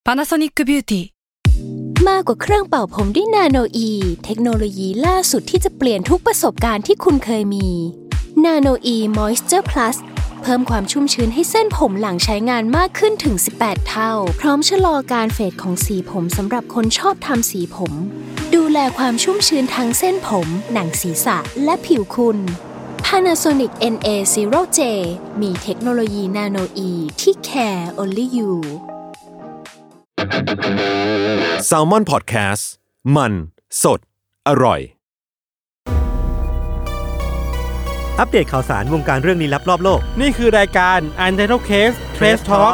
Panasonic Beauty มากกว่าเครื่องเป่าผมด้วยนาโนอีเทคโนโลยีล่าสุดที่จะเปลี่ยนทุกประสบการณ์ที่คุณเคยมีนาโนอีมอยส์เจอร์พลัสเพิ่มความชุ่มชื้นให้เส้นผมหลังใช้งานมากขึ้นถึง18เท่าพร้อมชะลอการเฟดของสีผมสำหรับคนชอบทำสีผมดูแลความชุ่มชื้นทั้งเส้นผมหนังศีรษะและผิวคุณ Panasonic NA0J มีเทคโนโลยีนาโนอีที่ care only you Salmon Podcast มันสดอร่อยอัปเดตข่าวสารวงการเรื่องลี้ลับรอบโลกนี่คือรายการ Untitled Case Trace Talk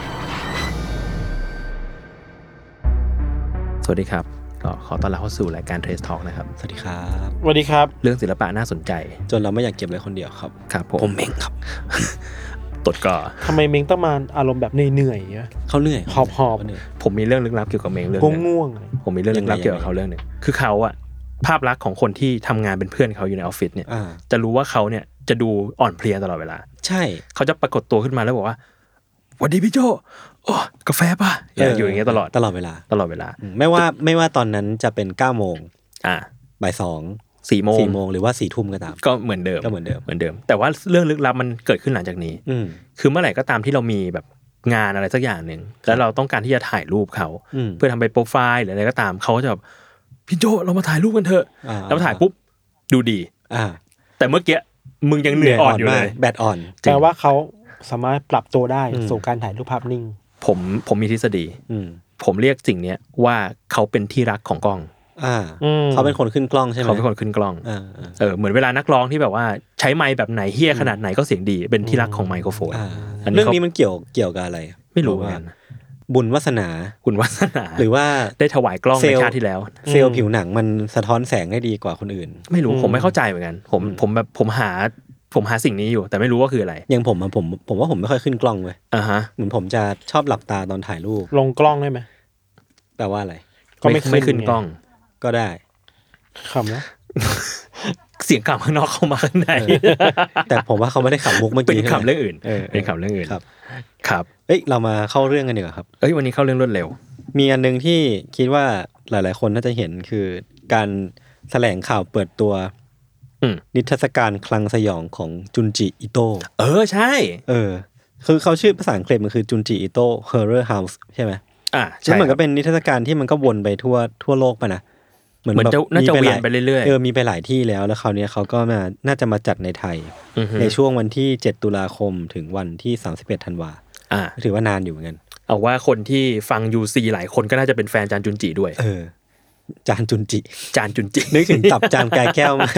สวัสดีครับขอต้อนรับเข้าสู่รายการ Trace Talk นะครับสวัสดีครับสวัสดีครับเรื่องศิลปะน่าสนใจจนเราไม่อยากเก็บไว้คนเดียวครับครับผมเม้งครับตดก่อทำไมเม้งต้องมาอารมณ์แบบเหนื่อยๆเขาเหนื่อยหอบผมมีเรื่องลึกลับเกี่ยวกับเม้งเรื่องนึงง่วงผมมีเรื่องลึกลับเกี่ยวกับเขาเรื่องนึงคือเขาอะภาพลักษณ์ของคนที่ทำงานเป็นเพื่อนเขาอยู่ในออฟฟิศเนี่ยจะรู้ว่าเขาเนี่ยจะดูอ่อนเพลียตลอดเวลาใช่เขาจะปรากฏตัวขึ้นมาแล้วบอกว่าสวัสดีพี่โจโอ้กาแฟป่ะอยู่อย่างเงี้ยตลอดเวลาไม่ว่าตอนนั้นจะเป็น 9:00 นบ่าย 2:00 น4:00 นหรือว่า 4:00 นก็ตามก็เหมือนเดิมแต่ว่าเรื่องลึกลับมันเกิดขึ้นหลังจากนี้คือเมื่อไหร่ก็ตามที่เรามีแบบงานอะไรสักอย่างนึงแล้วเราต้องการที่จะถ่ายรูปเขาเพื่อทำเป็นโปรไฟล์หรืออะไรก็ตามเขาก็จะแบบพี่โจเรามาถ่ายรูปกันเถอะแล้วถ่ายปุ๊บดูดีแต่เมื่อกี้มึงยังเหนื่อยอ่อนอยู่เลยแบตอ่อนแปลว่าเขาสามารถปรับตัวได้สู่การถ่ายรูปภาพนิ่งผมมีทฤษฎีผมเรียกสิ่งนี้ว่าเขาเป็นที่รักของกล้องเขาเป็นคนขึ้นกล้องใช่ไหมเขาเป็นคนขึ้นกล้องเหมือนเวลานักร้องที่แบบว่าใช้ไมค์แบบไหนเฮี้ยขนาดไหนก็เสียงดีเป็นที่รักของไมโครโฟนเรื่องนี้มันเกี่ยวกับอะไรไม่รู้เหมือนกันบุญวาสนาหรือว่าได้ถวายกล้องในชาติที่แล้วเซลล์ผิวหนังมันสะท้อนแสงได้ดีกว่าคนอื่นไม่รู้ผมไม่เข้าใจเหมือนกันผมหาสิ่งนี้อยู่แต่ไม่รู้ว่าคืออะไรอย่างผมว่าผมไม่ค่อยขึ้นกล้องเว้ยเหมือนผมจะชอบหลับตาตอนถ่ายรูปลงกล้องได้ไหมแปลว่าอะไรก็ไม่ขึ้นกล้องก็ได้ขำนะเสียงขำข้างนอกเข้ามาข้างในแต่ผมว่าเขาไม่ได้ขำมุกเมื่อกี้เป็นขำเรื่องอื่นเป็นขำเรื่องอื่นครับเรามาเข้าเรื่องกันดีกว่าครับวันนี้เข้าเรื่องรวดเร็วมีอันนึงที่คิดว่าหลายๆคนน่าจะเห็นคือการแถลงข่าวเปิดตัวนิทรรศการคลังสยองของจุนจิอิโตะใช่คือเขาชื่อภาษาอังกฤษมันคือจุนจิอิโตะ Horror House ใช่ไหมใช่เหมือนก็เป็นนิทรรศการที่มันก็วนไปทั่วโลกป่ะนะเหมือนน่าจะเวียนไปเรื่อยๆมีไปหลายที่แล้วคราวนี้เขาก็น่าจะมาจัดในไทยในช่วงวันที่7 ตุลาคมถึงวันที่31 ธันวาถือว่านานอยู่เหมือนกันเอาว่าคนที่ฟัง UC หลายคนก็น่าจะเป็นแฟนจานจุนจิด้วยจานจุนจินึกถึงตับจานกายแก้วมา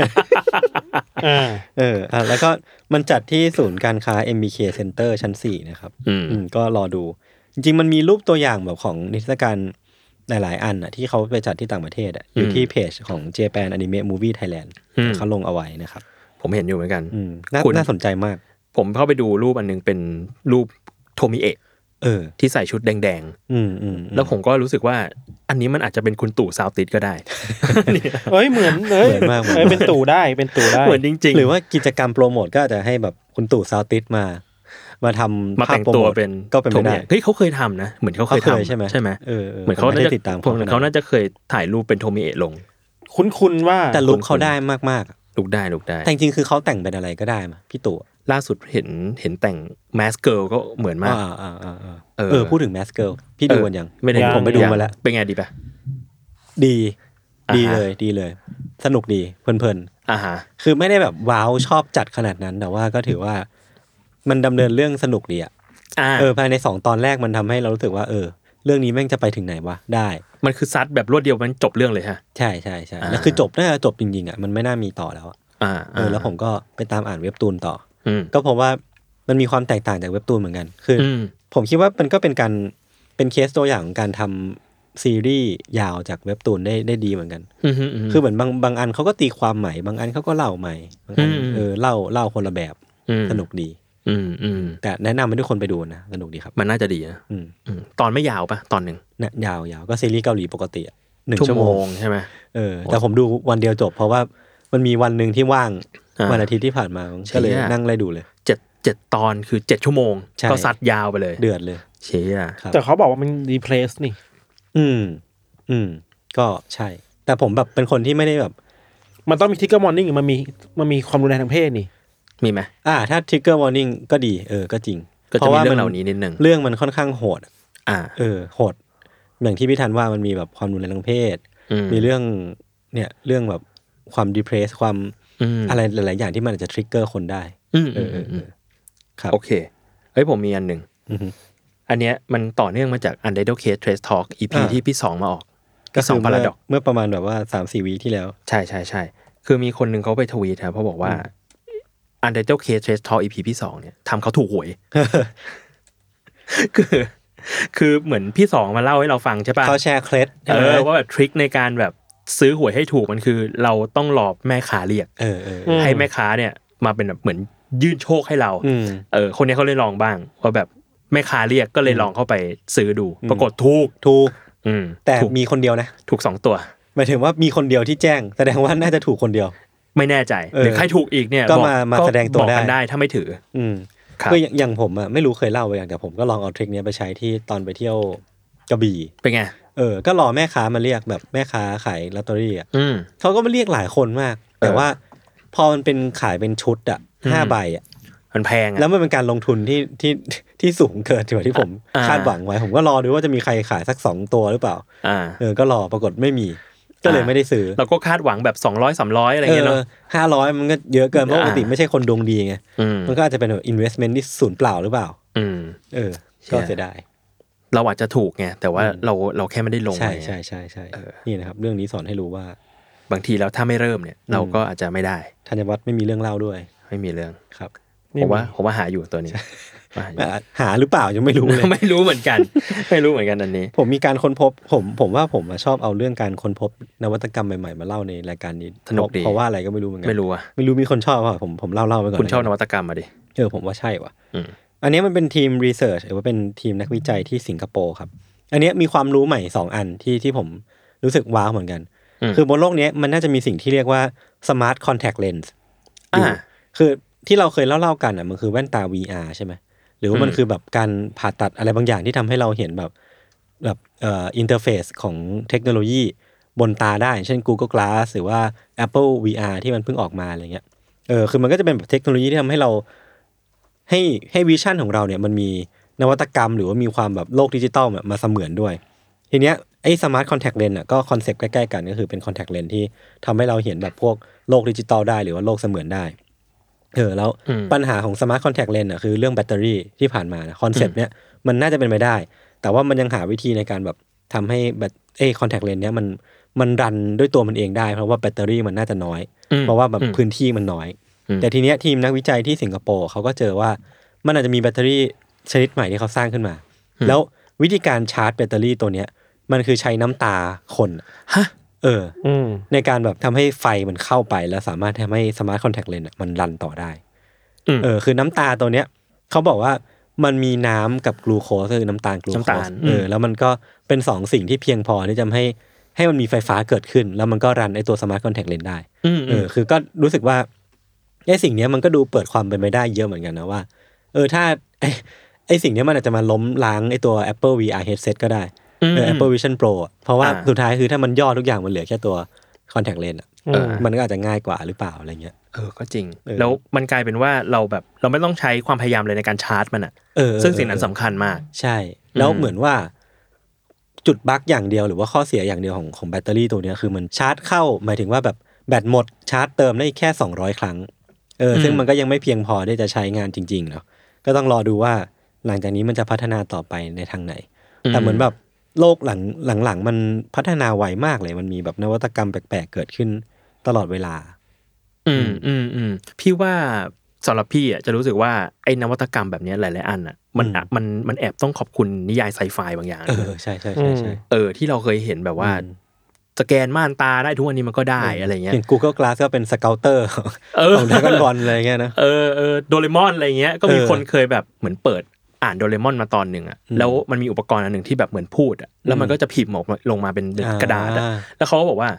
แล้วก็มันจัดที่ศูนย์การค้า MBK Center ชั้น4นะครับก็รอดูจริงๆมันมีรูปตัวอย่างแบบของนิทรรศการหลายๆอันที่เขาไปจัดที่ต่างประเทศอยู่ที่เพจของ Japan Anime Movie Thailand เขาลงเอาไว้นะครับผมเห็นอยู่เหมือนกันน่าสนใจมากผมเข้าไปดูรูปอันนึงเป็นรูปโทมิเอะที่ใส่ชุดแดงๆแล้วผมก็รู้สึกว่าอันนี้มันอาจจะเป็นคุณตู่ซาวติดก็ได้เหมือนมากเป็นตู่ได้เหมือนจริงๆหรือว่ากิจกรรมโปรโมทก็อาจจะให้แบบคุณตู่ซาวติดมาทำมาแต่งตัวเป็นก็เป็นไม่ได้เขาเคยทำนะเหมือนเขาเคยทำใช่ไหมเหมือนเขาน่าจะติดตามเขาน่าจะเคยถ่ายรูปเป็นโทมิเอะลงคุ้นว่าแต่ลุคเขาได้มากๆลุคได้แต่จริงๆคือเขาแต่งเป็นอะไรก็ได้มาพี่ตู่ล่าสุดเห็นแต่งแมสเกิร์ลก็เหมือนมากพูดถึงแมสเกิร์ลพี่ดูกันยังไม่ได้ผมไปดูมาแล้วเป็นไงดีป่ะดีเลยสนุกดีเพลินๆคือไม่ได้แบบว้าวชอบจัดขนาดนั้นแต่ว่าก็ถือว่ามันดำเนินเรื่องสนุกดีภายใน2 ตอนแรกมันทำให้เรารู้สึกว่าเรื่องนี้แม่งจะไปถึงไหนวะได้มันคือซัดแบบรวดเดียวมันจบเรื่องเลยฮะใช่แล้วคือน่าจะจบจริงๆมันไม่น่ามีต่อแล้วแล้วผมก็ไปตามอ่านเว็บตูนต่อก็พบว่ามันมีความแตกต่างจากเว็บตูนเหมือนกันคือผมคิดว่ามันก็เป็นเคสตัวอย่างของการทำซีรีส์ยาวจากเว็บตูนได้ดีเหมือนกันคือเหมือนบางอันเขาก็ตีความใหม่บางอันเขาก็เล่าใหม่บางอันเล่าคนละแบบสนุกดีแต่แนะนำให้ทุกคนไปดูนะสนุกดีครับมันน่าจะดีนะตอนไม่ยาวป่ะตอนนึงเนี่ยยาวก็ซีรีส์เกาหลีปกติ 1 ชั่วโมงใช่ไหมแต่ผมดูวันเดียวจบเพราะว่ามันมีวันนึงที่ว่างวันอาทิตย์ที่ผ่านมาก็เลยนั่งไล่ดูเลย 7 ตอนคือ7 ชั่วโมงก็ซัดยาวไปเลยเดือดเลยเชี่ยแต่เขาบอกว่ามันรีเพลซนี่ก็ใช่แต่ผมแบบเป็นคนที่ไม่ได้แบบมันต้องมีทริกเกอร์วอร์นิ่งมันมีความรุนแรงทางเพศนี่มีไหมถ้าทริกเกอร์วอร์นิ่งก็ดีก็จริงเพราะว่าเรื่องเหล่านี้นิดนึงเรื่องมันค่อนข้างโหดโหดอย่างที่พี่ธันว่ามันมีแบบความรุนแรงทางเพศมีเรื่องแบบความดิเพรสความอะไรหลายๆอย่างที่มันอาจจะทริกเกอร์คนได้ครับโอเคเฮ้ยผมมีอันหนึ่งอันเนี้ยมันต่อเนื่องมาจาก Untitled Case Trace Talk EP ที่พี่2มาออกก็2 Paradox เมื่อประมาณแบบว่า 3-4 วีคที่แล้วใช่ๆๆคือมีคนนึงเขาไปทวีตครับเขาบอกว่า Untitled Case Trace Talk EP พี่2เนี่ยทำเขาถูกหวย คือเหมือนพี่2มาเล่าให้เราฟังใช่ป่ะเขาแชร์เคล็ดว่าแบบทริคในการแบบซื้อหวยให้ถูกมันคือเราต้องรอแม่ค้าเรียกให้แม่ค้าเนี่ยมาเป็นแบบเหมือนยื่นโชคให้เราคนนี้เขาเลยลองบ้างว่าแบบแม่ค้าเรียกก็เลยลองเข้าไปซื้อดูปรากฏถูกแต่มีคนเดียวนะถูก2 ตัวหมายถึงว่ามีคนเดียวที่แจ้งแสดงว่าน่าจะถูกคนเดียวไม่แน่ใจหรือใครถูกอีกเนี่ยก็มาแสดงตัวได้ถ้าไม่ถือก็อย่างผมอ่ะไม่รู้เคยเล่าไปอย่างแต่ผมก็ลองเอาทริคนี้ไปใช้ที่ตอนไปเที่ยวกระบี่เป็นไงก็รอแม่ค้ามาเรียกแบบแม่ค้าขายลอตเตอรี่อ่ะเขาก็มาเรียกหลายคนมากแต่ว่าพอมันเป็นขายเป็นชุดอ่ะ5 ใบอ่ะมันแพงแล้วมันเป็นการลงทุนที่สูงเกินกว่าที่ผมคาดหวังไว้ผมก็รอดูว่าจะมีใครขายสัก2 ตัวหรือเปล่าก็รอปรากฏไม่มีก็เลยไม่ได้ซื้อเราก็คาดหวังแบบ200-300อะไรเงี้ยเนาะ 500มันก็เยอะเกินเพราะปกติไม่ใช่คนดวงดีไงมันก็อาจจะเป็นแบบ investment ที่ศูนย์เปล่าหรือเปล่าก็เสียดายเราอาจจะถูกไงแต่ว่าเราแค่ไม่ได้ลงใช่นี่นะครับเรื่องนี้สอนให้รู้ว่าบางทีแล้วถ้าไม่เริ่มเนี่ยเราก็อาจจะไม่ได้ธัญวัฒน์ไม่มีเรื่องเล่าด้วยไม่มีเรื่องครับผมว่าหาอยู่ตัวนี้หาหรือเปล่ายังไม่รู้เลยไม่รู้เหมือนกันอันนี้ผมมีการค้นพบผมว่าผมชอบเอาเรื่องการค้นพบนวัตกรรมใหม่ๆมาเล่าในรายการนี้สนุกดีเพราะว่าอะไรก็ไม่รู้เหมือนกันไม่รู้มีคนชอบป่ะผมเล่าไปก่อนคุณชอบนวัตกรรมมาดิผมว่าใช่ว่ะอันนี้มันเป็นทีมรีเสิร์ชหรือว่าเป็นทีมนักวิจัยที่สิงคโปร์ครับอันนี้มีความรู้ใหม่2 อันที่ผมรู้สึกว้าวเหมือนกันคือบนโลกนี้มันน่าจะมีสิ่งที่เรียกว่า smart contact lens คือที่เราเคยเล่ากันมันคือแว่นตา VR ใช่ไหมหรือว่ามันคือแบบการผ่าตัดอะไรบางอย่างที่ทำให้เราเห็นแบบอินเทอร์เฟซของเทคโนโลยีบนตาได้เช่น Google Glass หรือว่า Apple VR ที่มันเพิ่งออกมาอะไรเงี้ยคือมันก็จะเป็นแบบเทคโนโลยีที่ทำให้เราให้วิชั่นของเราเนี่ยมันมีนวัตกรรมหรือว่ามีความแบบโลกดิจิตอลมาเสมือนด้วยทีเนี้ยไอ้ Smart Contact Lens ก็คอนเซ็ปต์ใกล้ๆกันก็คือเป็น Contact Lens ที่ทำให้เราเห็นแบบพวกโลกดิจิตอลได้หรือว่าโลกเสมือนได้แล้วปัญหาของ Smart Contact Lens คือเรื่องแบตเตอรี่ที่ผ่านมาคอนเซ็ปต์เนี้ยมันน่าจะเป็นไปได้แต่ว่ามันยังหาวิธีในการแบบทำให้Contact Lens เนี้ยมันรันด้วยตัวมันเองได้เพราะว่าแบตเตอรี่มันน่าจะน้อยเพราะว่าแบบพื้นที่มันน้อยแต่ทีเนี้ยทีมนักวิจัยที่สิงคโปร์เขาก็เจอว่ามันอาจจะมีแบตเตอรี่ชนิดใหม่ที่เขาสร้างขึ้นมาแล้ววิธีการชาร์จแบตเตอรี่ตัวเนี้ยมันคือใช้น้ำตาคนในการแบบทำให้ไฟมันเข้าไปแล้วสามารถทำให้ Smart Contact Lens มันรันต่อได้คือน้ำตาตัวเนี้ยเขาบอกว่ามันมีน้ำกับกลูโคสคือน้ำตาลกลูโคสแล้วมันก็เป็น2 สิ่งที่เพียงพอที่จะให้มันมีไฟฟ้าเกิดขึ้นแล้วมันก็รันไอตัว Smart Contact Lens ได้คือก็รู้สึกว่าไอสิ่งนี้มันก็ดูเปิดความเป็นไปได้เยอะเหมือนกันนะว่าถ้าไอสิ่งนี้มันอาจจะมาล้มล้างไอตัว Apple VR headset ก็ได้Apple Vision Pro เพราะว่าสุดท้ายคือถ้ามันย่อทุกอย่างมันเหลือแค่ตัว Contact Lens มันก็อาจจะง่ายกว่าหรือเปล่าอะไรเงี้ยก็จริงแล้วมันกลายเป็นว่าเราไม่ต้องใช้ความพยายามเลยในการชาร์จมันซึ่งสิ่งนั้นสำคัญมากใช่แล้วเหมือนว่าจุดบั๊กอย่างเดียวหรือว่าข้อเสียอย่างเดียวของแบตเตอรี่ตัวนี้คือมันชาร์จเข้าหมายถึงว่าแบบแบตหมดชาร์จเติมได้แค่200 ครั้งซึ่งมันก็ยังไม่เพียงพอที่จะใช้งานจริงๆเนาะก็ต้องรอดูว่าหลังจากนี้มันจะพัฒนาต่อไปในทางไหนแต่เหมือนแบบโลกหลังมันพัฒนาไวมากเลยมันมีแบบนวัตกรรมแปลกๆเกิดขึ้นตลอดเวลาพี่ว่าสำหรับพี่จะรู้สึกว่าไอ้นวัตกรรมแบบนี้หลายๆอันมันแอบต้องขอบคุณนิยายไซไฟบางอย่างใช่ที่เราเคยเห็นแบบว่าสแกนม่านตาได้ทุกวันนี้มันก็ได้อะไรเงี้ยอย่าง Google Glass ก็เป็นสเกาเตอร์ของ Dragon Ball อะไรเงี้ยนะโดเรมอนอะไรเงี้ยก็มีคนเคยแบบเหมือนเปิดอ่านโดเรมอนมาตอนนึงแล้วมันมีอุปกรณ์อันนึงที่แบบเหมือนพูดแล้วมันก็จะพิมพ์ออกลงมาเป็นกระดาษแล้วเขาก็บอกว่า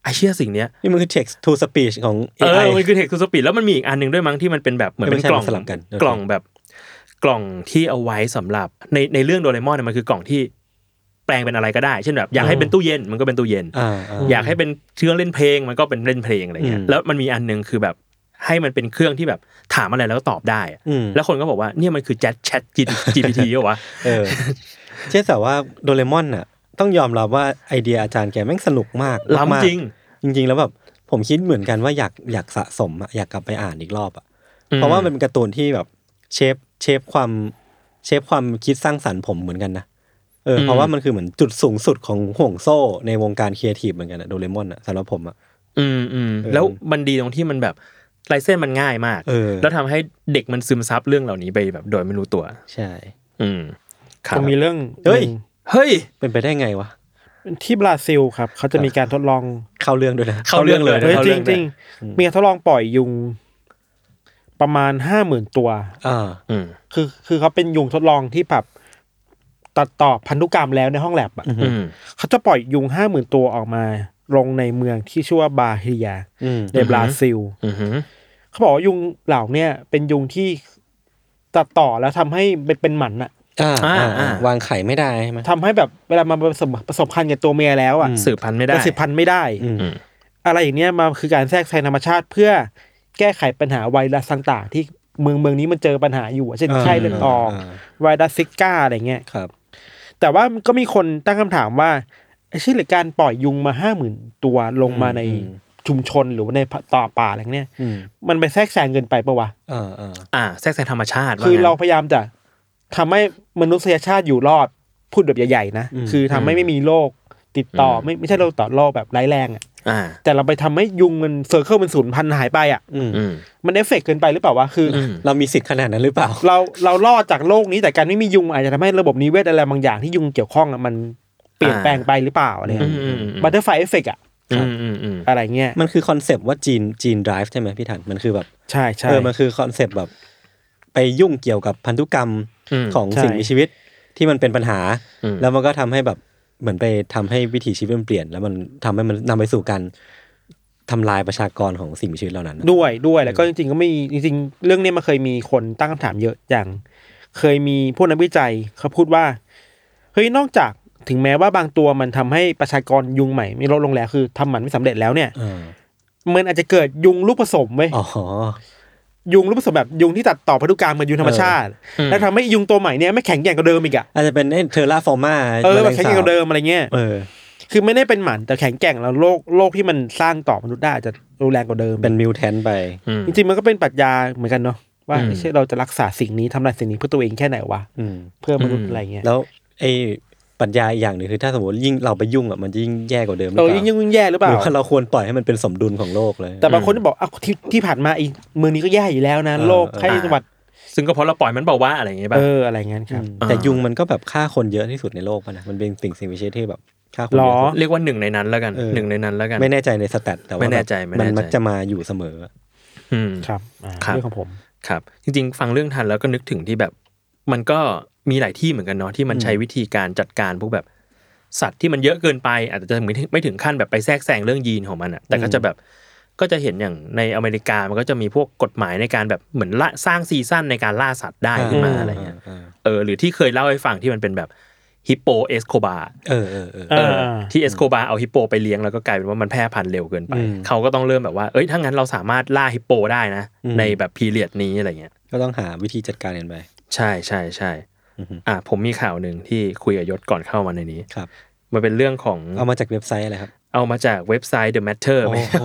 ไอเชี่ยสิ่งเนี้ยนี่มันคือ text to speech ของ AI มันคือ text to speech แล้วมันมีอีกอันนึงด้วยมั้งที่มันเป็นแบบเหมือนเป็นกล่องกล่องแบบกล่องที่เอาไว้สำหรับในเรื่องโดเรมอนเนี่ยมันคือกล่องที่แปลงเป็นอะไรก็ได้เช่นแบบอยากให้เป็นตู้เย็นมันก็เป็นตู้เย็นอยากให้เป็นเครื่องเล่นเพลงมันก็เป็นเล่นเพลงอะไรเงี้ยแล้วมันมีอันนึงคือแบบให้มันเป็นเครื่องที่แบบถามอะไรแล้วก็ตอบได้แล้วคนก็บอกว่าเนี่ยมันคือ Chat GPT เหรอวะเช่นแต่ว่าโดเรมอนน่ะต้องยอมรับว่าไอเดียอาจารย์แกแม่งสนุกมากล้ำจริงแล้วแบบผมคิดเหมือนกันว่าอยากสะสมอยากกลับไปอ่านอีกรอบอ่ะเพราะว่ามันเป็นการ์ตูนที่แบบเชฟความคิดสร้างสรรค์ผมเหมือนกันนะเพราะว่ามันคือเหมือนจุดสูงสุดของห่วงโซ่ในวงการครีเอทีฟเหมือนกันนะโดเรมอนอ่ะสำหรับผมอ่ะแล้วมันดีตรงที่มันแบบลายเส้นมันง่ายมากแล้วทำให้เด็กมันซึมซับเรื่องเหล่านี้ไปแบบโดยไม่รู้ตัวใช่จะมีเรื่องเฮ้ยเป็นไปได้ไงวะที่บราซิลครับเขาจะมีการทดลองเข้าเรื่องด้วยนะเข้าเรื่องเลยจริงๆมีการทดลองปล่อยยุงประมาณ 50,000 ตัวคือเขาเป็นยุงทดลองที่แบบตัดต่อพันธุกรรมแล้วในห้องแลบอ่ะเขาจะปล่อยยุง 50,000 ตัวออกมาลงในเมืองที่ชื่อว่าบาเฮียในบราซิลเขาบอกว่ายุงเหล่านี้เป็นยุงที่ตัดต่อแล้วทำให้เป็นหมันอ่ะวางไข่ไม่ได้ใช่ไหมทำให้แบบเวลามาผสมพันธุ์กับตัวเมียแล้วอ่ะสืบพันธุ์ไม่ได้อะไรอย่างเนี้ยมาคือการแทรกแซงธรรมชาติเพื่อแก้ไขปัญหาไวรัสต่างๆที่เมืองนี้มันเจอปัญหาอยู่เช่นไข้เลือดออกไวรัสซิก้าอะไรเงี้ยครับแต่ว่าก็มีคนตั้งคำถามว่าไอ้ชื่อหรือการปล่อยยุงมา 50,000 ตัวลงมาในชุมชนหรือว่าในป่าอะไรเงี้ยมันไปแทรกแซงเกินไปปะวะแทรกแซงธรรมชาติคือเราพยายามจะทำให้มนุษยชาติอยู่รอดพูดแบบใหญ่ๆนะคือทำให้ไม่มีโรคติดต่อไม่ใช่โรคต่อโรคแบบร้ายแรงอ่ะแต่เราไปทำให้ยุงมันเซอร์เคิลมันสูญพันธุ์หายไปอ่ะมันเอฟเฟกต์เกินไปหรือเปล่าวะคือเรามีสิทธิ์ขนาดนั้นหรือเปล่าเรารอดจากโรคนี้แต่การไม่มียุงอาจจะทำให้ระบบนิเวศอะไรบางอย่างที่ยุงเกี่ยวข้องมันเปลี่ยนแปลงไปหรือเปล่าอะไรบัตเตอร์ไฟเอฟเฟกต์อ่ะอะไรเงี้ยมันคือคอนเซปต์ว่าจีนไดรฟ์ใช่ไหมพี่ทันมันคือแบบใช่มันคือคอนเซปต์แบบไปยุ่งเกี่ยวกับพันธุกรรมของสิ่งมีชีวิตที่มันเป็นปัญหาแล้วมันก็ทำให้แบบเหมือนไปทำให้วิถีชีวิตมันเปลี่ยนแล้วมันทำให้มันนำไปสู่การทำลายประชากรของสิ่งมีชีวิตเหล่านั้นด้วยแล้วก็จริงๆก็ไม่จริงๆเรื่องนี้มันเคยมีคนตั้งคำถามเยอะอย่างเคยมีพวกนักวิจัยเขาพูดว่าเฮ้ยนอกจากถึงแม้ว่าบางตัวมันทำให้ประชากรยุงใหม่ไม่ลดลงแล้วคือทำหมันไม่สำเร็จแล้วเนี่ยมันอาจจะเกิดยุงลูกผสมเว้ยยุงรูปผสมแบบยุงที่ตัดต่อพันธุกรรมกับยุงธรรมชาติแล้วทำให้ยุงตัวใหม่เนี่ยไม่แข็งแกร่งกว่าเดิมอีกอ่ะอาจจะเป็นเทอร่าฟอร์มาแบบแข็งแกร่งกว่าเดิมอะไรเงี้ยคือไม่ได้เป็นหมันแต่แข็งแกร่งแล้วโรคที่มันสร้างต่อมนุษย์ได้อาจจะรุนแรงกว่าเดิมเป็นมิวแทนไปจริงๆมันก็เป็นปรัชญาเหมือนกันเนาะว่าไม่ใช่เราจะรักษาสิ่งนี้ทำลายสิ่งนี้เพื่อตัวเองแค่ไหนวะเพื่อมนุษย์อะไรเงี้ยแล้วไอ้ปรัชญาอีกอย่างนึงคือถ้าสมมติยิ่งเราไปยุ่งอ่ะมันจะยิ่งแย่กว่าเดิมหรือเปล่ายิ่งแย่หรือเปล่าหรือว่าเราควรปล่อยให้มันเป็นสมดุลของโลกเลยแต่บางคนบอกที่ผ่านมาอีกเมืองนี้ก็แย่อยู่แล้วนะโลกไข้หวัดซึ่งก็เพราะเราปล่อยมันบอกว่าอะไรอย่างเงี้ยป่ะอะไรเงี้ยครับแต่ยุงมันก็แบบฆ่าคนเยอะที่สุดในโลกป่ะนะมันเป็นสิ่งมีชีวิตที่แบบฆ่าคนเยอะเรียกว่าหนึ่งในนั้นแล้วกันหนึ่งในนั้นแล้วกันไม่แน่ใจในสแตทแต่ว่ามันมักจะมาอยู่เสมอครับเรื่องของผมครับจริงๆฟังเรื่องทันแล้วก็นึกถึงที่แบบมันก็มีหลายที่เหมือนกันเนาะที่มันใช้วิธีการจัดการพวกแบบสัตว์ที่มันเยอะเกินไปอาจจะไม่ถึงขั้นแบบไปแทรกแซงเรื่องยีนของมันอ่ะแต่ก็จะแบบก็จะเห็นอย่างในอเมริกามันก็จะมีพวกกฎหมายในการแบบเหมือนสร้างซีซั่นในการล่าสัตว์ได้ขึ้นมาอะไรเงี้ยหรือที่เคยเล่าให้ฟังที่มันเป็นแบบฮิปโปเอสโคบาร์ที่เอสโคบาร์เอาฮิปโปไปเลี้ยงแล้วก็กลายเป็นว่ามันแพร่พันธุ์เร็วเกินไปเขาก็ต้องเริ่มแบบว่าถ้างั้นเราสามารถล่าฮิปโปได้นะในแบบพีเรียดนี้อะไรเงี้ยก็ต้องหาวิธีจัดการกันไปใช่ผมมีข่าวนึงที่คุยกับยศก่อนเข้ามาในนี้ครับมันเป็นเรื่องของเอามาจากเว็บไซต์อะไรครับเอามาจากเว็บไซต์ The Matter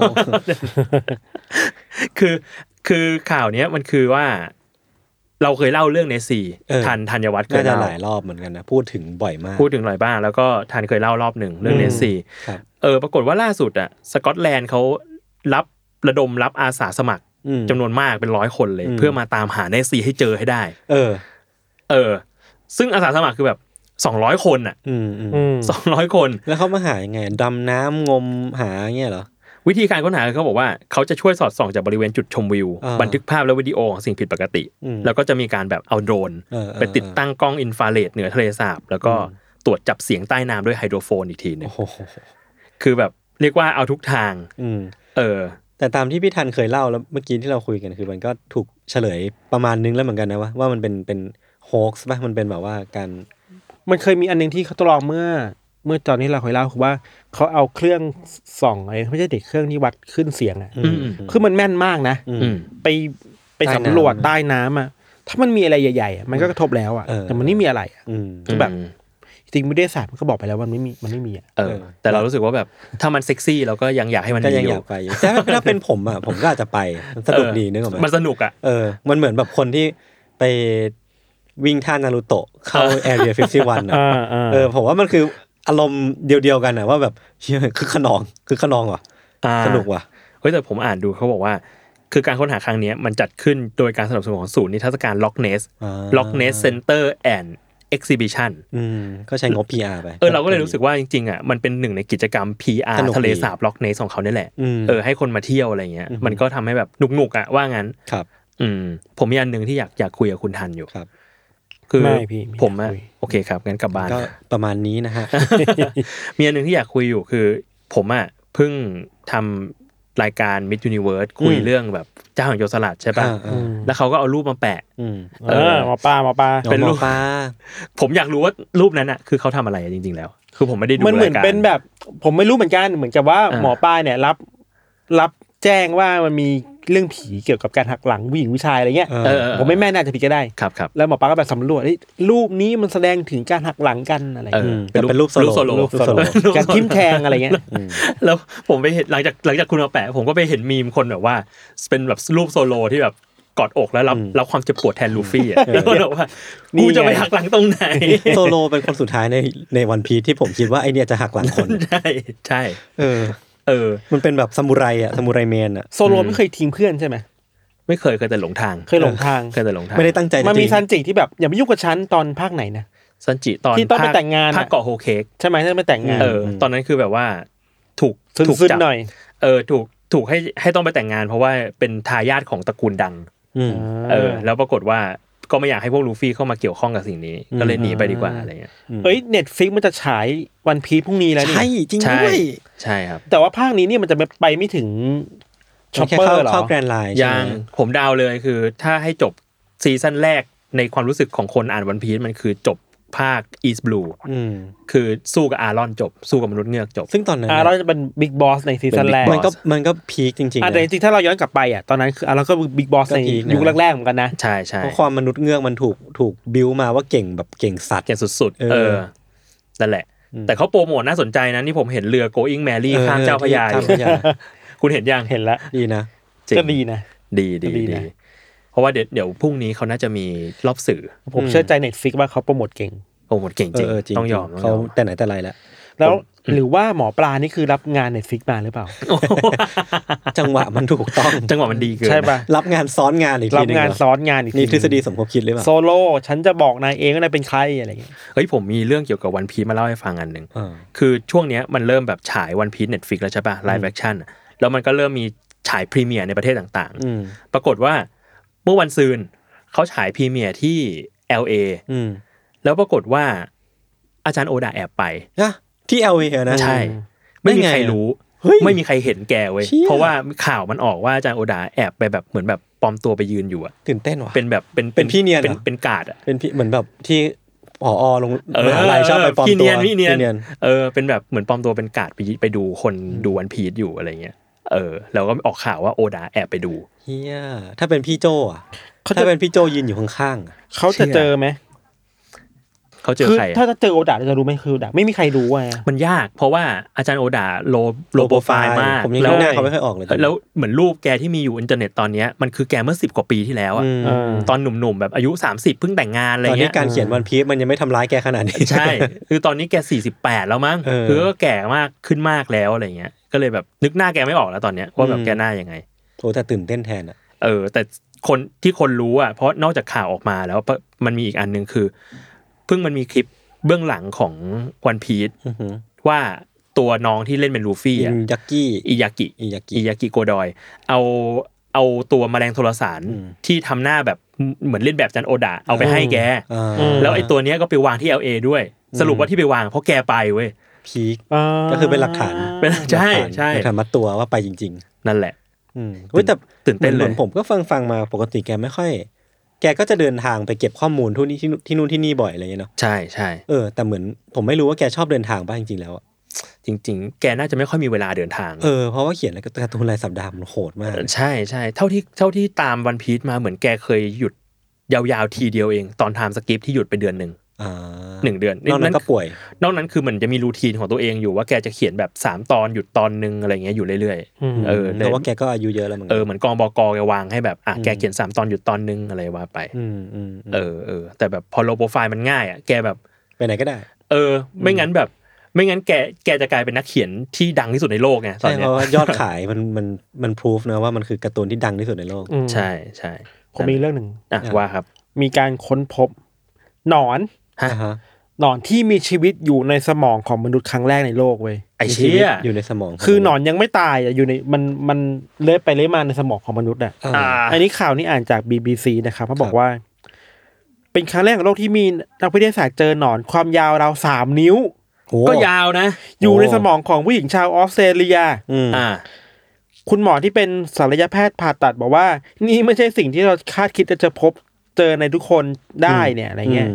คือข่าวนี้มันคือว่าเราเคยเล่าเรื่องเนสซี่ธัญวัฒน์เคยเล่าหลายรอบเหมือนกันนะพูดถึงบ่อยมากพูดถึงหลายบ้างแล้วก็ทันเคยเล่ารอบหนึ่งเรื่องเนสซี่ปรากฏว่าล่าสุดสกอตแลนด์เขาระดมรับอาสาสมัครจำนวนมากเป็น100 คนเลยเพื่อมาตามหาเนสซี่ให้เจอให้ได้ซึ่งอาสาสมัครคือแบบ200 คนอ่ะ200 คนแล้วเขามาหายังไงดำน้ำงมหาเงี้ยเหรอวิธีการค้นหาเขาบอกว่าเขาจะช่วยสอดส่องจากบริเวณจุดชมวิวบันทึกภาพและวิดีโอของสิ่งผิดปกติแล้วก็จะมีการแบบเอาโดรนไปติดตั้งกล้องอินฟราเรดเหนือทะเลสาบแล้วก็ตรวจจับเสียงใต้น้ำด้วยไฮโดรโฟนอีกทีนึงคือแบบเรียกว่าเอาทุกทางแต่ตามที่พี่ทันเคยเล่าแล้วเมื่อกี้ที่เราคุยกันคือมันก็ถูกเฉลยประมาณนึงแล้วเหมือนกันนะว่ามันเป็นโฮกส์ป่ะมันเป็นแบบว่าการมันเคยมีอันนึงที่เขาทดลองเมื่อตอนนี้เราเคยเล่าคือว่าเขาเอาเครื่องส่องอะไรไม่ใช่เด็กเครื่องที่วัดขึ้นเสียงอ่ะคือมันแม่นมากนะไปสำรวจใต้น้ำอ่ะถ้ามันมีอะไรใหญ่ๆมันก็กระทบแล้วอ่ะแต่มันไม่มีอะไรคือแบบจริงวิทยาศาสตร์มันก็บอกไปแล้วว่ามันไม่มีอ่ะแต่เรารู้สึกว่าแบบถ้ามันเซ็กซี่เราก็ยังอยากให้มันมีอยู่แต่ถ้าเป็นผมอ่ะผมก็อาจจะไปสนุกดีนึกออกมั้ยมันสนุกอ่ะมันเหมือนแบบคนที่ไปวิ่งท่านารูโตะเข้า Area 51อ่ะผมว่ามันคืออารมณ์เดียวกันน่ะว่าแบบคือขนองว่ะสนุกว่ะเฮ้ยแต่ผมอ่านดูเขาบอกว่าคือการค้นหาครั้งนี้มันจัดขึ้นโดยการสนับสนุนของศูนย์นิทรรศการ Loch Ness Center and Exhibition ก็ใช้งบ PR ไปเราก็เลยรู้สึกว่าจริงๆอ่ะมันเป็นหนึ่งในกิจกรรม PR ทะเลสาบ Loch Ness ของเขาเนี่ยแหละให้คนมาเที่ยวอะไรเงี้ยมันก็ทำให้แบบหนุกๆอ่ะว่างั้นครับผมมีอันนึงที่อยากคุยกับคุณทันอยู่ครับคือผมอ่ะโอเคครับงั้นกลับบ้านก็ประมาณนี้นะฮะมีอันนึงที่อยากคุยอยู่คือผมอ่ะเพิ่งทำรายการ Miss Universe คุยเรื่องแบบเจ้าแห่งโจรสลัดใช่ป่ะแล้วเขาก็เอารูปมาแปะหมอปลาเป็นรูปผมอยากรู้ว่ารูปนั้นอ่ะคือเขาทำอะไรจริงๆแล้วคือผมไม่ได้ดูมันเหมือนเป็นแบบผมไม่รู้เหมือนกันเหมือนกับว่าหมอปลาเนี่ยรับแจ้งว่ามันมีเรื่องผีเกี่ยวกับการหักหลังผู้หญิงผู้ชายอะไรเงี้ยผมไม่แม่น่าจะผิดก็ได้ครับแล้วหมอปลาก็แบบสำรวจรูปนี้มันแสดงถึงการหักหลังกันอะไรเป็นรูปโซโลการทิ่มแทงอะไรเงี้ยแล้วผมไปเห็นหลังจากคุณมาแปะผมก็ไปเห็นมีมคนแบบว่าเป็นแบบรูปโซโลที่แบบกอดอกแล้วรับความเจ็บปวดแทนลูฟี่อ่ะก็บอกว่ากูจะไปหักหลังตรงไหนโซโลเป็นคนสุดท้ายในวันพีซที่ผมคิดว่าไอเนี้ยจะหักหลังคนใช่มันเป็นแบบซามูไรอ่ะซามูไรแมนอ่ะโซโลไม่เคยทิ้งเพื่อนใช่ไหมไม่เคยแต่หลงทางเคยหลงทางไม่ได้ตั้งใจมันมีซันจิที่แบบอย่าไปยุ่งกับฉันตอนภาคไหนนะซันจิตอนที่ต้องไปแต่งงานภาคเกาะโฮเค้กใช่ไหมที่ไปแต่งงานตอนนั้นคือแบบว่าถูกจับหน่อยถูกให้ต้องไปแต่งงานเพราะว่าเป็นทายาทของตระกูลดังแล้วปรากฏว่าก็ไม่อยากให้พวกลูฟี่เข้ามาเกี่ยวข้องกับสิ่งนี้ก็เลยหนีไปดีกว่าอะไรเงี้ย Netflix มันจะฉายวันพีซพรุ่งนี้แล้วนี่ใช่จริงด้วยใช่ครับแต่ว่าภาคนี้นี่มันจะไปไม่ถึงช็อปเปอร์หรอเข้าแกรนด์ไลน์ยังผมเดาเลยคือถ้าให้จบซีซั่นแรกในความรู้สึกของคนอ่านวันพีซมันคือจบภาค East Blue คือสู้กับอารอนจบสู้กับมนุษย์เงือกจบซึ่งตอนนั้นอารอนจะเป็นบิ๊กบอสในซีซั่นแรกมันก็พีคจริงๆแต่จริงๆถ้าเราย้อนกลับไปอ่ะตอนนั้นคืออารอนก็บิ๊กบอสในยุคแรกๆเหมือนกันนะใช่เพราะความมนุษย์เงือกมันถูกบิวมาว่าเก่งแบบเก่งสัตว์เก่งสุดๆนั่นแหละแต่เขาโปรโมทน่าสนใจนะนี่ผมเห็นเรือ Going Merry ข้ามเจ้าพระยาคุณเห็นยังเห็นแล้วดีนะก็ดีนะดีเพราะว่าเดี๋ยวพรุ่งนี้เขาน่าจะมีรอบสื่อผมเชื่อใจ Netflix ว่าเขาโปรโมทเก่งจริงต้องยอมเขาแต่ไหนแต่ไรแล้วหรือว่าหมอปลานี่คือรับงาน Netflix มาหรือเปล่าจังหวะมันถูกต้องจังหวะมันดีเกินใช่ป่ะรับงานซ้อนงานอีกทีนึงรับงานซ้อนงานอีกทีนี่ทฤษฎีสมคบคิดหรือเปล่าโซโล่ฉันจะบอกนายเองว่านายเป็นใครอะไรเงี้ยเฮ้ยผมมีเรื่องเกี่ยวกับวันพีซมาเล่าให้ฟังอันนึงคือช่วงเนี้ยมันเริ่มแบบฉายวันพีซ Netflix แล้วใช่ป่ะไลฟ์แอคชั่นแล้วมันก็เริ่มมีฉายพรีเมียร์ในประเทศต่างๆปรากฏว่าเมื่อวันซืนเขาฉายพรีเมียร์ที่ LA แล้วปรากฏว่าอาจารย์โอดาแอบไปที่ LA นะใช่ไม่มีใครรู้ไม่มีใครเห็นแกเว้ยเพราะว่าข่าวมันออกว่าอาจารย์โอดาแอบไปแบบเหมือนแบบปลอมตัวไปยืนอยู่อะตื่นเต้นว่ะเป็นแบบเป็นพี่เนียนเป็นการ์ดอะเป็นพี่เหมือนแบบที่ผอลงมหาลัยชอบไปปลอมตัวพี่เนียนเป็นแบบเหมือนปลอมตัวเป็นการ์ดไปดูคนดูวันพีซอยู่อะไรเงี้ยแล้วก็ออกข่าวว่าโอดาแอบไปดูเฮียถ้าเป็นพี่โจอ่ะถ้าเป็นพี่โจยืนอยู่ข้างๆเขาจะเจอไหมเขาเจอใครถ้าเจอโอดาจะรู้ไหมคือโอดาไม่มีใครรู้อ่ะมันยากเพราะว่าอาจารย์โอดาโลโปรไฟล์มากผมยังหน้าเขาไม่ค่อยออกเลยแล้วเหมือนรูปแกที่มีอยู่อินเทอร์เน็ตตอนนี้มันคือแกเมื่อ10 กว่าปีที่แล้วอ่ะตอนหนุ่มๆแบบอายุ30เพิ่งแต่งงานอะไรเงี้ยตอนนี้การเขียนวันพีซมันยังไม่ทำร้ายแกขนาดนี้ใช่คือตอนนี้แก48แล้วมั้งคือก็แก่มากขึ้นมากแล้วอะไรเงี้ยก็เลยแบบนึกหน้าแกไม่ออกแล้วตอนเนี้ยว่าแบบแกหน้ายังไงโอ้แต่ตื่นเต้นแทนอ่ะแต่คนรู้อ่ะเพราะนอกจากข่าวออกมาแล้วมันมีอีกอันนึงคือเพิ่งมันมีคลิปเบื้องหลังของวันพีซว่าตัวน้องที่เล่นเป็นลูฟี่อ่ะอิยากิโกดอยเอาตัวแมลงโทรสารที่ทำหน้าแบบเหมือนเล่นแบบจันโอดะเอาไปให้แกแล้วไอ้ตัวเนี้ยก็ไปวางที่ LA ด้วยสรุปว่าที่ไปวางเพราะแกไปเว้ยพีคก็คือเป็นหลักฐานใช่ใช่ทำมาตัวว่าไปจริงๆนั่นแหละแต่ตื่นเต้นเลยผมก็ฟังมาปกติแกไม่ค่อยแกก็จะเดินทางไปเก็บข้อมูลที่นู่นที่นี่บ่อยอะไรเงี้ยเนาะใช่ใช่แต่เหมือนผมไม่รู้ว่าแกชอบเดินทางป่ะจริงๆแล้วจริงๆแกน่าจะไม่ค่อยมีเวลาเดินทางเพราะว่าเขียนแล้วการ์ตูนรายสัปดาห์มันโหดมากใช่ใช่เท่าที่ตามวันพีซมาเหมือนแกเคยหยุดยาวๆทีเดียวเองตอนไทม์สกิปที่หยุดไปเดือนนึง1 เดือนนอกนั้นก็ป่วยนอกนั้นคือมันจะมีรูทีนของตัวเองอยู่ว่าแกจะเขียนแบบ3 ตอนหยุดตอนนึงอะไรเงี้ยอยู่เรื่อยๆเพราะว่าแกก็อายุเยอะแล้วเหมือนกองบก.แกวางให้แบบแกเขียน3 ตอนหยุดตอนนึงอะไรว่าไปแต่แบบพอโลโปรไฟล์มันง่ายแกแบบไปไหนก็ได้ไม่งั้นแกจะกลายเป็นนักเขียนที่ดังที่สุดในโลกไงตอนนี้เพราะว่ายอดขายมันพิสูจนะว่ามันคือการ์ตูนที่ดังที่สุดในโลกใช่ใช่ผมมีเรื่องนึงว่าครับมีการค้นพบหนอนหนอนที่มีชีวิตอยู่ในสมองของมนุษย์ครั้งแรกในโลกเว้ยไอ้เชี่ยอยู่ในสมองคือหนอนยังไม่ตายอยู่ในมันเลื้อยไปเลื้อยมาในสมองของมนุษย์อันนี้ข่าวนี้อ่านจาก BBC นะครับเขาบอกว่าเป็นครั้งแรกในโลกที่มีนักวิทยาศาสตร์เจอหนอนความยาวราว3 นิ้วก็ยาวนะอยู่ในสมองของผู้หญิงชาวออสเตรเลียคุณหมอที่เป็นศัลยแพทย์ผ่าตัดบอกว่านี่ไม่ใช่สิ่งที่เราคาดคิดจะพบเจอในทุกคนได้เนี่ยอะไรเงี้ย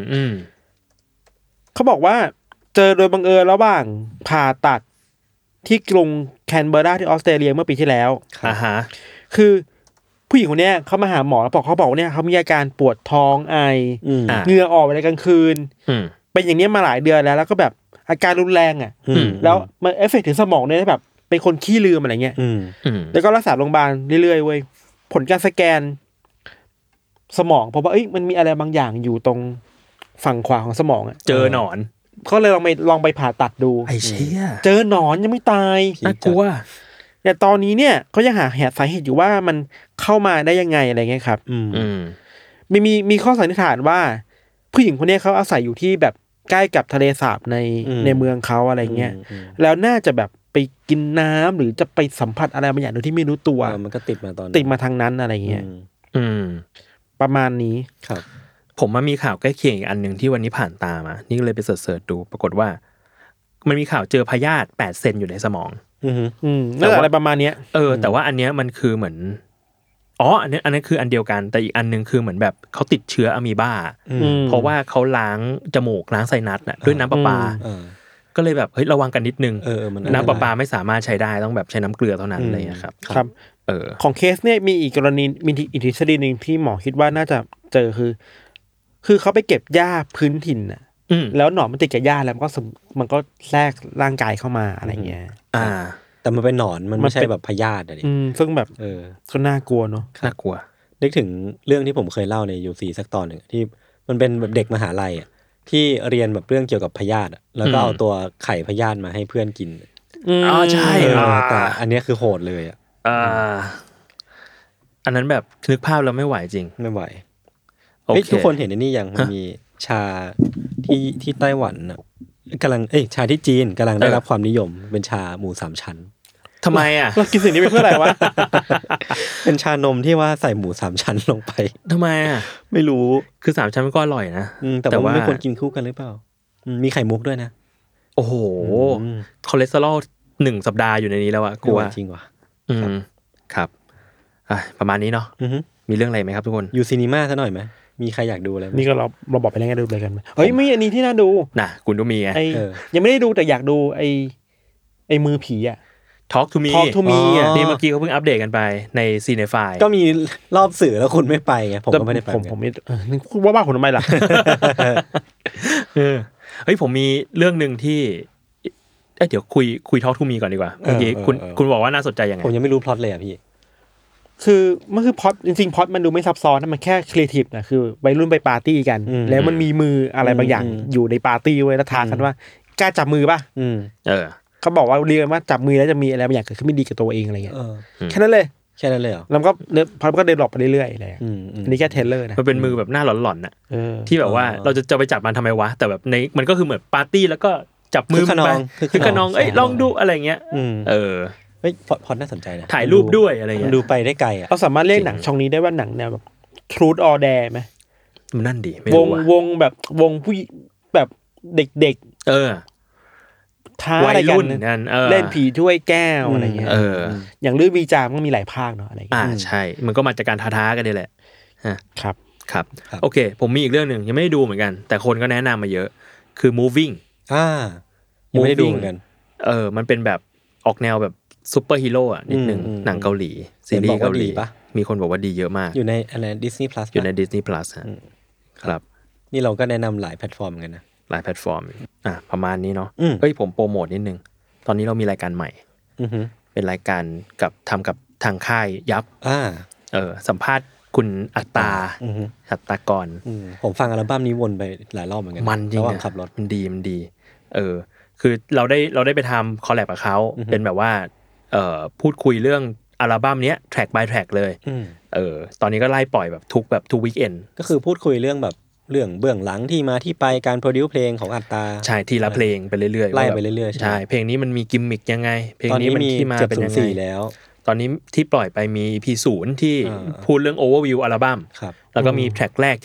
เขาบอกว่าเจอโดยบังเอิญระหว่างผ่าตัดที่กรุงแคนเบอร์ราที่ออสเตรเลียเมื่อปีที่แล้วคือผู้หญิงคนนี้เขามาหาหมอแล้วเขาบอกเนี่ยเขามีอาการปวดท้องไอเหงื่อออกในกลางคืนเป็นอย่างนี้มาหลายเดือนแล้วก็แบบอาการรุนแรงแล้วมันเอฟเฟกต์ถึงสมองเนี่ยแบบเป็นคนขี้ลืมอะไรเงี้ยแล้วก็รักษาโรงพยาบาลเรื่อยๆเว้ยผลการสแกนสมองเพราะว่ามันมีอะไรบางอย่างอยู่ตรงฝั่งขวาของสมองเจอหนอนก็เลยลองไปผ่าตัดดูไอ้เชี่ยเจอหนอนยังไม่ตายน่ากลัวแต่ตอนนี้เนี่ยเขายังหาสาเหตุอยู่ว่ามันเข้ามาได้ยังไงอะไรเงี้ยครับมีข้อสันนิษฐานว่าผู้หญิงคนนี้เขาอาศัยอยู่ที่แบบใกล้กับทะเลสาบในเมืองเขาอะไรเงี้ยแล้วน่าจะแบบไปกินน้ำหรือจะไปสัมผัสอะไรบางอย่างโดยที่ไม่รู้ตัวมันก็ติดมาทางนั้นอะไรเงี้ยประมาณนี้ครับผมมีข่าวใกล้เคียงอีกอันนึงที่วันนี้ผ่านตามานี่ก็เลยไปเสิร์ชดูปรากฏว่ามันมีข่าวเจอพยาธิ8 เซนอยู่ในสมองแต่อะไรประมาณนี้แต่ว่าอันเนี้ยมันคือเหมือนอันนั้นคืออันเดียวกันแต่อีกอันนึงคือเหมือนแบบเขาติดเชื้ออะมีบ้าเพราะว่าเขาล้างจมูกล้างไซนัสน่ะด้วยน้ำประปาก็เลยแบบเฮ้ยระวังกันนิดนึงน้ำประปาไม่สามารถใช้ได้ต้องแบบใช้น้ำเกลือเท่านั้นอะไรอย่างเงี้ยครับของเคสเนี่ยมีอีกกรณีมีอีกทฤษฎีนึงที่หมอคิดว่าน่าจะเจอคือเขาไปเก็บหญ้าพื้นถิ่นน่ะแล้วหนอนมันติดกับหญ้าแล้วมันก็แทรกร่างกายเข้ามาอะไรเงี้ยแต่มันเป็นหนอนมันไม่ใช่แบบพยาธิอะไรซึ่งแบบก็น่ากลัวเนาะน่ากลัวนึกถึงเรื่องที่ผมเคยเล่าใน UC สักตอนหนึ่งที่มันเป็นแบบเด็กมหาลัยที่เรียนแบบเรื่องเกี่ยวกับพยาธิแล้วก็เอาตัวไข่พยาธิมาให้เพื่อนกินใช่แต่อันนี้คือโหดเลยอันนั้นแบบนึกภาพแล้วไม่ไหวจริงไม่ไหวทุกคนเห็นในนี่ยังมันมีชาที่ไต้หวันน่ะกำลังชาที่จีนกำลังได้รับความนิยมเป็นชาหมู3 ชั้นทำไมเรากินสิ่งนี้ไปเพื่ออะไรวะเป็นชานมที่ว่าใส่หมู3 ชั้นลงไปทำไมไม่รู้คือ3 ชั้นมันก็อร่อยนะแต่ว่าไม่ควรกินคู่กันหรือเปล่ามีไข่มุกด้วยนะโอ้โหคอเลสเตอรอล1 สัปดาห์อยู่ในนี้แล้วกลัวจริงว่ะครับประมาณนี้เนาะมีเรื่องอะไรไหมครับทุกคนอยู่ซีนีม่าซะหน่อยไหมมีใครอยากดูอะไรนี่ก็เราบอกไปแล้วไงดูเลยกันเฮ้ยไม่อันนี้ที่น่าดูน่ะคุณก็มีไงยังไม่ได้ดูแต่อยากดูไอ้มือผี Talk to me นี่เมื่อกี้เขาเพิ่งอัปเดตกันไปใน Cinefy ก็มีรอบสื่อแล้วคุณไม่ไปไงผมก็ไม่ได้ไปผมไม่คุณว่าผมทำไมล่ะเฮ้ยผมมีเรื่องนึงที่เดี๋ยวคุย Talk to me ก่อนดีกว่าเมื่อกี้คุณบอกว่าน่าสนใจยังไงผมยังไม่รู้พล็อตเลยพี่คือมันคือพล็อตจริงๆพล็อตมันดูไม่ซับซ้อนนะมันแค่ครีเอทีฟนะคือวัยรุ่นไปปาร์ตี้กันแล้วมันมีมืออะไรบางอย่างอยู่ในปาร์ตี้เว้ยแล้วท้ากันว่ากล้าจับมือป่ะเขาบอกว่าเรียกว่าจับมือแล้วจะมีอะไรบางอย่างเกิดขึ้นไม่ดีกับตัวเองอะไรเงี้ยแค่นั้นเลยเหรอแล้วก็พอก็เดินหลบไปเรื่อยๆอะไรอันนี้แค่เทรลเลอร์นะมันเป็นมือแบบหน้าหลอนๆน่ะที่แบบว่าเราจะไปจับมันทำไมวะแต่แบบในมันก็คือเหมือนปาร์ตี้แล้วก็จับมือไปคือขนองลองดูอะไรเงี้ยพอน่าสนใจนะถ่ายรูปด้วยอะไรเงี้ยดูไปได้ไกลเราสามารถเรียกหนังช่องนี้ได้ว่าหนังแนวแบบ Truth or Dare ไหมมันนั่นดีวงแบบวงผู้แบบเด็กท้าอะไรกันเล่นผีถ้วยแก้วอะไรเงี้ยอย่างเรื่องวีจามก็มีหลายภาคเนาะอะไรเงี้ยใช่มันก็มาจากการท้ากันนี่แหละครับครับโอเคผมมีอีกเรื่องนึงยังไม่ได้ดูเหมือนกันแต่คนก็แนะนำมาเยอะคือ moving ยังไม่ได้ดูเหมือนกันมันเป็นแบบออกแนวแบบซุปเปอร์ฮีโร่อ่ะนิดนึงหนังเกาหลีซีรีส์เกาหลีมีคนบอกว่าดีเยอะมากอยู่ในอะไร Disney Plus อยู่ใน Disney Plus ครับนี่เราก็แนะนำหลายแพลตฟอร์มเหมือนกันนะหลายแพลตฟอร์มประมาณนี้เนาะเฮ้ยผมโปรโมทนิดนึงตอนนี้เรามีรายการใหม่เป็นรายการทำกับทางค่ายยับสัมภาษณ์คุณอัตตากรผมฟังอัลบั้มนี้วนไปหลายรอบเหมือนกันมันจริงนะขับรถมันดีคือเราได้ไปทำคอลแลบกับเขาเป็นแบบว่าพูดคุยเรื่องอัลบั้มเนี้ย track by track เลยตอนนี้ก็ไล่ปล่อยแบบทุกวีคเอนด์ก็คือพูดคุยเรื่องแบบเรื่องเบื้องหลังที่มาที่ไปการโปรดิวซ์เพลงของอัตตาใช่ทีละเพลงไปเรื่อยๆไล่ไปเรื่อยๆใช่เพลงนี้มันมีกิมมิคยังไงเพลงนี้มันที่มาเป็นยังไงแล้วตอนนี้ที่ปล่อยไปมี EP 0ที่พูดเรื่อง overview อัลบั้มแล้วก็มีแทร็กแรก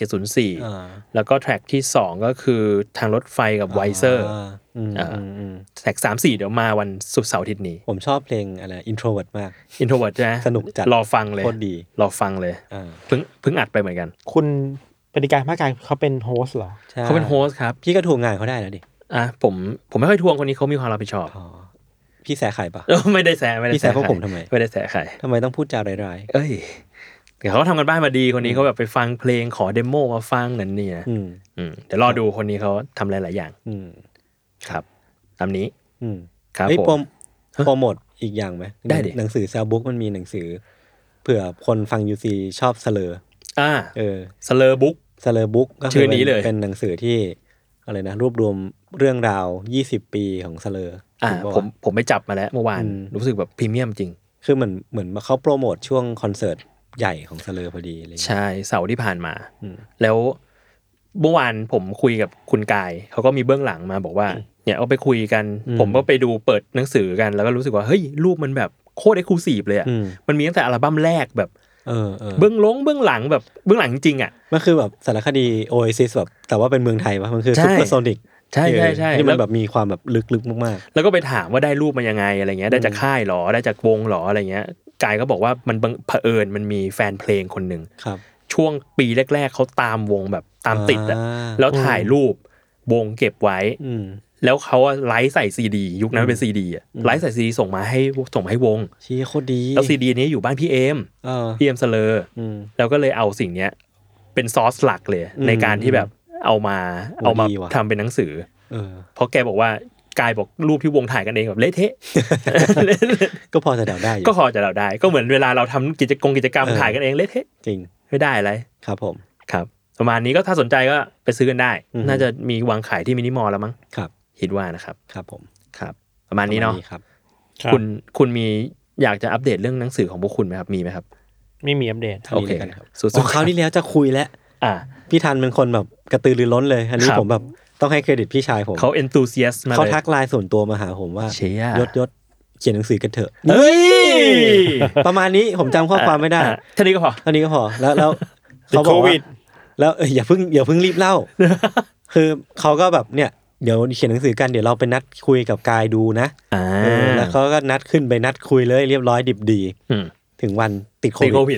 704แล้วก็แทร็กที่2ก็คือทางรถไฟกับไวเซอร์แทร็ก3-4เดี๋ยวมาวันศุกร์เสาร์อาทิตย์นี้ผมชอบเพลงอะไร introvert มาก introvert ใช่ไหมสนุกจัดรอฟังเลยโคตรดีรอฟังเลยเพิ่งอัดไปเหมือนกันคุณปฏิการภาคกายเขาเป็นโฮสต์เหรอเขาเป็นโฮสต์ครับพี่ก็ทวงงานเขาได้แล้วดิผมไม่ค่อยทวงคนนี้เขามีความรับผิดชอบพี่แสไข่ปะไม่ได้แสพี่แสพวกผมทำไมไม่ได้แสไข่ทำไมต้องพูดจาร้ายๆเดี๋ยวเขาทำกันบ้านมาดีคนนี้เขาแบบไปฟังเพลงขอเดโมมาฟังนั่นนี่นะเดี๋ยวรอดูคนนี้เขาทำหลายๆอย่างครับตามนี้ครับผมโปรโมทอีกอย่างไหมได้ดิหนังสือเซลบุ๊กมันมีหนังสือเผื่อคนฟัง UC ชอบเสลอเสลอบุ๊กก็ชื่อนี้เลยเป็นหนังสือที่อะไรนะรวบรวมเรื่องราว20ปีของเสลอผมไปจับมาแล้วเมื่อวานรู้สึกแบบพรีเมียมจริงคือเหมือนมาเขาโปรโมทช่วงคอนเสิร์ตใหญ่ของเสลอพอดีอะไรใช่เสาร์ที่ผ่านมาแล้วเมื่อวานผมคุยกับคุณกายเขาก็มีเบื้องหลังมาบอกว่าเนี่ยเอาไปคุยกันผมก็ไปดูเปิดหนังสือกันแล้วก็รู้สึกว่าเฮ้ยรูปมันแบบโคตรเอ็กซ์คลูซีฟเลยอ่ะมันมีตั้งแต่อัลบั้มแรกแบบเบื้องหลังแบบเบื้องหลังจริงๆอ่ะมันคือแบบสารคดี Oasis แบบแต่ว่าเป็นเมืองไทยป่ะมันคือซุปเปอร์โซนิกใช่ที่มันแบบมีความแบบลึกๆมากๆแล้วก็ไปถามว่าได้รูปมายังไงอะไรเงี้ยได้จากค่ายหรอได้จากวงหรออะไรเงี้ยกายก็บอกว่ามันเผอิญมันมีแฟนเพลงคนนึงช่วงปีแรกๆเขาตามวงแบบตามติดอ่ะแล้วถ่ายรูปวงเก็บไว้แล้วเขาไลฟ์ใส่ซีดียุคนั้นเป็นซีดีอ่ะไลฟ์ใส่ซีดีส่งมาให้วงชี้โคตรดีแล้วซีดีนี้อยู่บ้านพี่เอ็มเสลอแล้วก็เลยเอาสิ่งเนี้ยเป็นซอสหลักเลยในการที่แบบเอามาทำเป็นหนังสือเพราะแกบอกว่ากายบอกรูปที่วงถ่ายกันเองแบบเละเทะก็พอจะเดาได้ก็เหมือนเวลาเราทำกิจกรรมถ่ายกันเองเละเทะจริงไม่ได้อะไรครับผมครับประมาณนี้ก็ถ้าสนใจก็ไปซื้อกันได้น่าจะมีวางขายที่มินิมอลแล้วมั้งครับคิดว่านะครับครับผมครับประมาณนี้เนาะคุณมีอยากจะอัปเดตเรื่องหนังสือของพวกคุณไหมครับมีไหมครับไม่มีอัปเดตโอเคครับสุดคราวที่แล้วจะคุยแล้วพี่ทันเป็นคนแบบกระตือรือร้นเลยอันนี้ผมแบบต้องให้เครดิตพี่ชายผมเขา enthusiast มาเลยเขาทักไลน์ส่วนตัวมาหาผมว่ายศเขียนหนังสือกันเถอะประมาณนี้ผมจำข้อความไม่ได้เท่านี้ก็พอแล้วเขาบอกว่าแล้วอย่าเพิ่งรีบเล่าคือเขาก็แบบเนี่ยเดี๋ยวเขียนหนังสือกันเดี๋ยวเราไปนัดคุยกับกายดูนะแล้วเขาก็นัดขึ้นไปนัดคุยเลยเรียบร้อยดิบดีถึงวันติดโควิด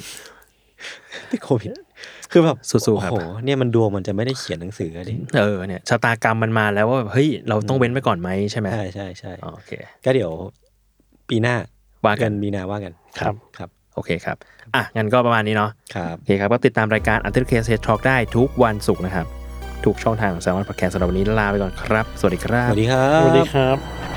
คือแบบสู้ๆครับโอ้โหเนี่ยมันดวงมันจะไม่ได้เขียนหนังสือดิเนี่ยชะตากรรมมันมาแล้วว่าแบบเฮ้ยเราต้องเว้นไปก่อนไหมใช่ไหมใช่โอเคก็เดี๋ยวปีหน้าว่ากันมีนาว่ากันครับโอเคครับงั้นก็ประมาณนี้เนาะครับโอเคครับก็ติดตามรายการ Untitled Case Talk ได้ทุกวันศุกร์นะครับทุกช่องทางของ Salmon Podcast สำหรับวันนี้ลาไปก่อนครับสวัสดีครับสวัสดีครับ